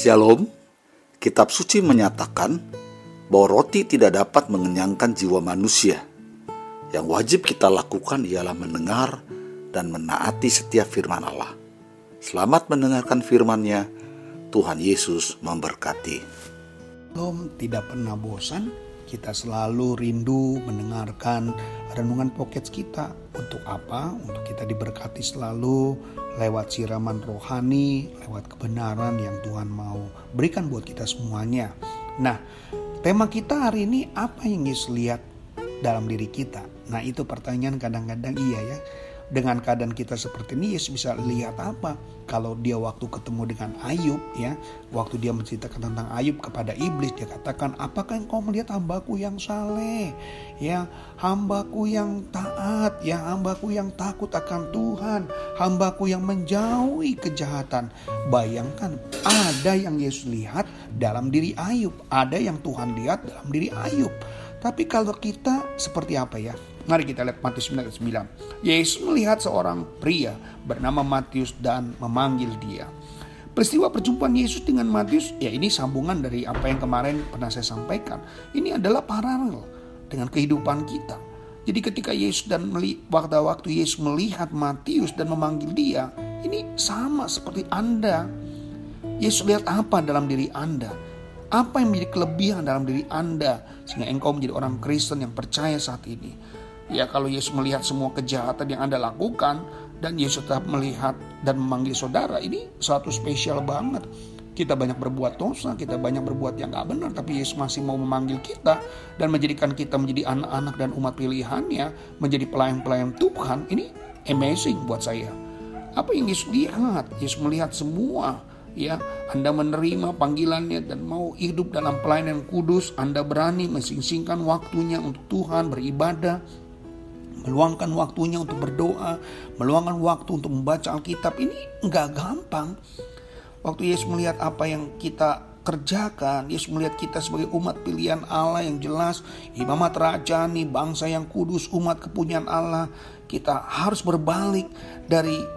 Shalom, kitab suci menyatakan bahwa roti tidak dapat mengenyangkan jiwa manusia. Yang wajib kita lakukan ialah mendengar dan menaati setiap firman Allah. Selamat mendengarkan firman-Nya. Tuhan Yesus memberkati. Shalom, tidak pernah bosan. Kita selalu rindu mendengarkan renungan podcast kita. Untuk apa? Untuk kita diberkati selalu lewat siraman rohani, lewat kebenaran yang Tuhan mau berikan buat kita semuanya. Nah, tema kita hari ini, apa yang Yesus lihat dalam diri kita? Nah, itu pertanyaan kadang-kadang ya. Dengan keadaan kita seperti ini, Yesus bisa lihat apa? Kalau dia waktu ketemu dengan Ayub, ya, waktu dia menceritakan tentang Ayub kepada iblis, dia katakan, apakah engkau melihat hambaku yang saleh, ya, hambaku yang taat, ya, hambaku yang takut akan Tuhan, hambaku yang menjauhi kejahatan. Bayangkan, ada yang Yesus lihat dalam diri Ayub, ada yang Tuhan lihat dalam diri Ayub. Tapi kalau kita seperti apa ya? Mari kita lihat Matius 9. Yesus melihat seorang pria bernama Matius dan memanggil dia. Peristiwa perjumpaan Yesus dengan Matius, ya ini sambungan dari apa yang kemarin pernah saya sampaikan. Ini adalah paralel dengan kehidupan kita. Jadi ketika Yesus dan waktu Yesus melihat Matius dan memanggil dia, ini sama seperti Anda. Yesus lihat apa dalam diri Anda? Apa yang menjadi kelebihan dalam diri Anda sehingga engkau menjadi orang Kristen yang percaya saat ini? Ya, kalau Yesus melihat semua kejahatan yang Anda lakukan dan Yesus tetap melihat dan memanggil saudara, ini suatu spesial banget. Kita banyak berbuat dosa, kita banyak berbuat yang gak benar, tapi Yesus masih mau memanggil kita dan menjadikan kita menjadi anak-anak dan umat pilihannya, menjadi pelayan-pelayan Tuhan. Ini amazing buat saya. Apa yang Yesus lihat? Yesus melihat semua. Ya, Anda menerima panggilannya dan mau hidup dalam pelayanan kudus. Anda berani mensing-singkan waktunya untuk Tuhan, beribadah, meluangkan waktunya untuk berdoa, meluangkan waktu untuk membaca Alkitab. Ini enggak gampang. Waktu Yesus melihat apa yang kita kerjakan, Yesus melihat kita sebagai umat pilihan Allah yang jelas, imamat rajani, bangsa yang kudus, umat kepunyaan Allah. Kita harus berbalik dari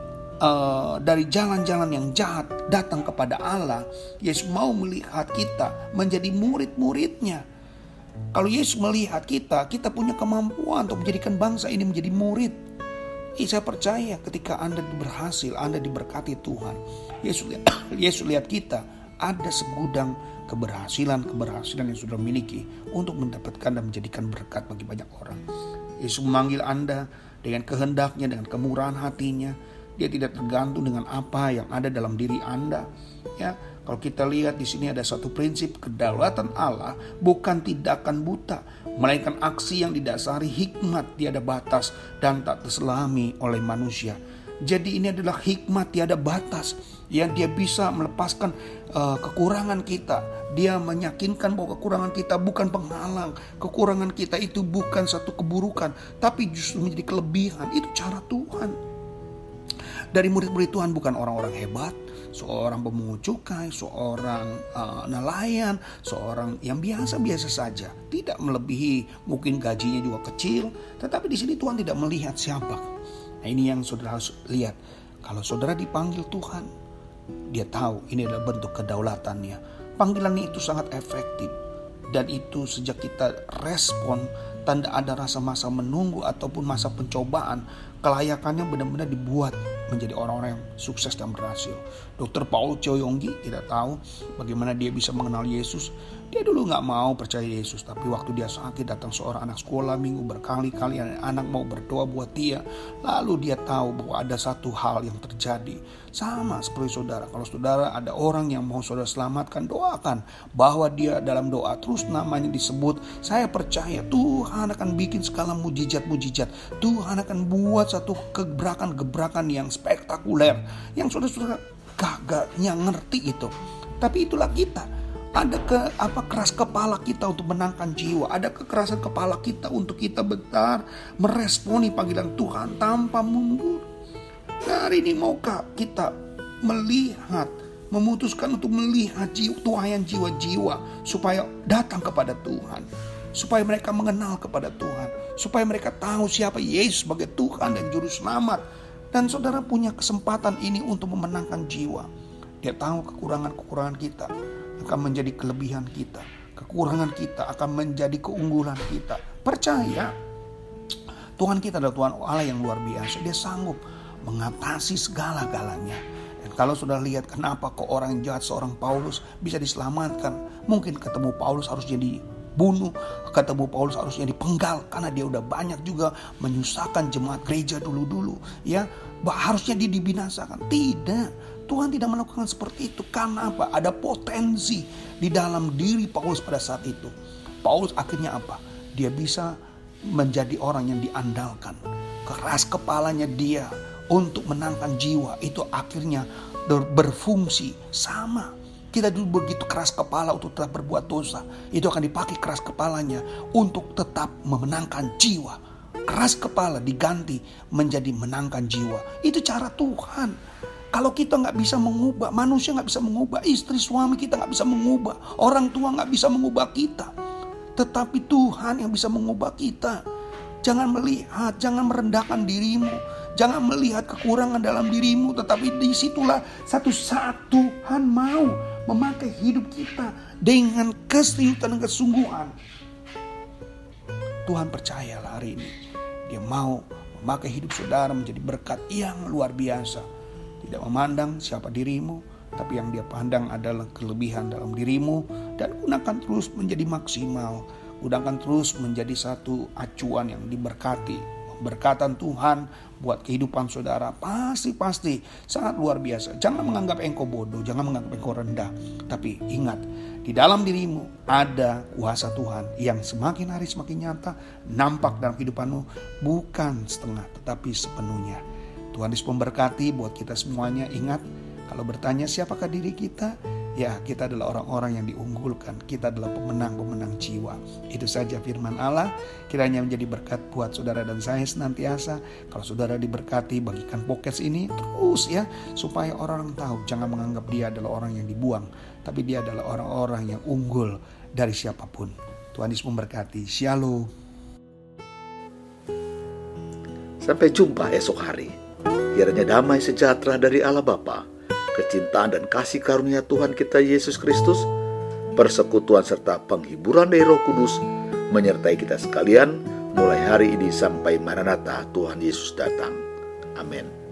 jalan-jalan yang jahat datang kepada Allah. Yesus mau melihat kita menjadi murid-muridnya. Kalau Yesus melihat kita punya kemampuan untuk menjadikan bangsa ini menjadi murid. Saya percaya ketika Anda berhasil, Anda diberkati Tuhan. Yesus lihat kita ada segudang keberhasilan yang sudah miliki untuk mendapatkan dan menjadikan berkat bagi banyak orang. Yesus memanggil Anda dengan kehendaknya, dengan kemurahan hatinya. Dia tidak tergantung dengan apa yang ada dalam diri Anda. Ya, kalau kita lihat di sini ada satu prinsip, kedaulatan Allah bukan tindakan buta, melainkan aksi yang didasari hikmat tiada batas dan tak terselami oleh manusia. Jadi ini adalah hikmat tiada batas yang dia bisa melepaskan kekurangan kita. Dia meyakinkan bahwa kekurangan kita bukan penghalang. Kekurangan kita itu bukan satu keburukan, tapi justru menjadi kelebihan. Itu cara Tuhan. Dari murid-murid Tuhan bukan orang-orang hebat, seorang pemungut cukai, seorang nelayan, seorang yang biasa-biasa saja, tidak melebihi, mungkin gajinya juga kecil, tetapi di sini Tuhan tidak melihat siapa. Nah, ini yang saudara harus lihat. Kalau saudara dipanggil Tuhan, dia tahu ini adalah bentuk kedaulatannya. Panggilannya itu sangat efektif, dan itu sejak kita respon, tanda ada rasa masa menunggu ataupun masa pencobaan, kelayakannya benar-benar dibuat menjadi orang-orang yang sukses dan berhasil. Dr. Paul Choe Yonggi, kita tahu bagaimana dia bisa mengenal Yesus. Dia dulu gak mau percaya Yesus, tapi waktu dia sakit datang seorang anak sekolah minggu, berkali-kali anak mau berdoa buat dia. Lalu dia tahu bahwa ada satu hal yang terjadi. Sama seperti saudara, kalau saudara ada orang yang mau saudara selamatkan, doakan bahwa dia dalam doa terus namanya disebut. Saya percaya Tuhan akan bikin segala mujizat-mujizat. Tuhan akan buat satu gebrakan-gebrakan yang spektakuler, yang saudara-saudara gagaknya ngerti itu. Tapi itulah kita. Ada keras kepala kita untuk menangkan jiwa. Ada kekerasan kepala kita untuk kita benar meresponi panggilan Tuhan tanpa mundur. Nah, hari ini maukah kita melihat, memutuskan untuk melihat tuayan jiwa-jiwa supaya datang kepada Tuhan, supaya mereka mengenal kepada Tuhan, supaya mereka tahu siapa Yesus sebagai Tuhan dan Juru Selamat. Dan saudara punya kesempatan ini untuk memenangkan jiwa. Dia tahu kekurangan-kekurangan kita akan menjadi kelebihan kita. Kekurangan kita akan menjadi keunggulan kita. Percaya, Tuhan kita adalah Tuhan Allah yang luar biasa. Dia sanggup mengatasi segala-galanya. Dan kalau sudah lihat kenapa kok orang jahat seorang Paulus bisa diselamatkan. Mungkin ketemu Paulus harus jadi bunuh, ketemu Paulus harusnya dipenggal karena dia udah banyak juga menyusahkan jemaat gereja dulu-dulu, ya, harusnya dia dibinasakan. Tidak, Tuhan tidak melakukan seperti itu. Karena apa? Ada potensi di dalam diri Paulus pada saat itu. Paulus akhirnya apa? Dia bisa menjadi orang yang diandalkan. Keras kepalanya dia untuk menangkan jiwa itu akhirnya berfungsi sama. Kita dulu begitu keras kepala untuk tetap berbuat dosa. Itu akan dipakai keras kepalanya untuk tetap memenangkan jiwa. Keras kepala diganti menjadi menangkan jiwa. Itu cara Tuhan. Kalau kita gak bisa mengubah, manusia gak bisa mengubah, istri suami kita gak bisa mengubah, orang tua gak bisa mengubah kita. Tetapi Tuhan yang bisa mengubah kita. Jangan melihat, jangan merendahkan dirimu. Jangan melihat kekurangan dalam dirimu. Tetapi disitulah satu saat Tuhan mau memakai hidup kita dengan keseriusan dan kesungguhan. Tuhan percayalah hari ini. Dia mau memakai hidup saudara menjadi berkat yang luar biasa. Tidak memandang siapa dirimu, tapi yang dia pandang adalah kelebihan dalam dirimu. Dan gunakan terus menjadi maksimal. Gunakan terus menjadi satu acuan yang diberkati. Berkatan Tuhan buat kehidupan saudara pasti sangat luar biasa. Jangan menganggap engkau bodoh, jangan menganggap engkau rendah. Tapi ingat, di dalam dirimu ada kuasa Tuhan yang semakin hari semakin nyata nampak dalam kehidupanmu, bukan setengah tetapi sepenuhnya. Tuhan Yesus memberkati buat kita semuanya. Ingat, kalau bertanya siapakah diri kita? Ya, kita adalah orang-orang yang diunggulkan. Kita adalah pemenang-pemenang jiwa. Itu saja firman Allah. Kiranya menjadi berkat buat saudara dan saya senantiasa. Kalau saudara diberkati, bagikan podcast ini terus ya. Supaya orang tahu, jangan menganggap dia adalah orang yang dibuang. Tapi dia adalah orang-orang yang unggul dari siapapun. Tuhan Yesus memberkati. Shalom. Sampai jumpa esok hari. Kiranya damai sejahtera dari Allah Bapa, kecintaan dan kasih karunia Tuhan kita Yesus Kristus, persekutuan serta penghiburan dari Roh Kudus menyertai kita sekalian mulai hari ini sampai Maranatha Tuhan Yesus datang. Amin.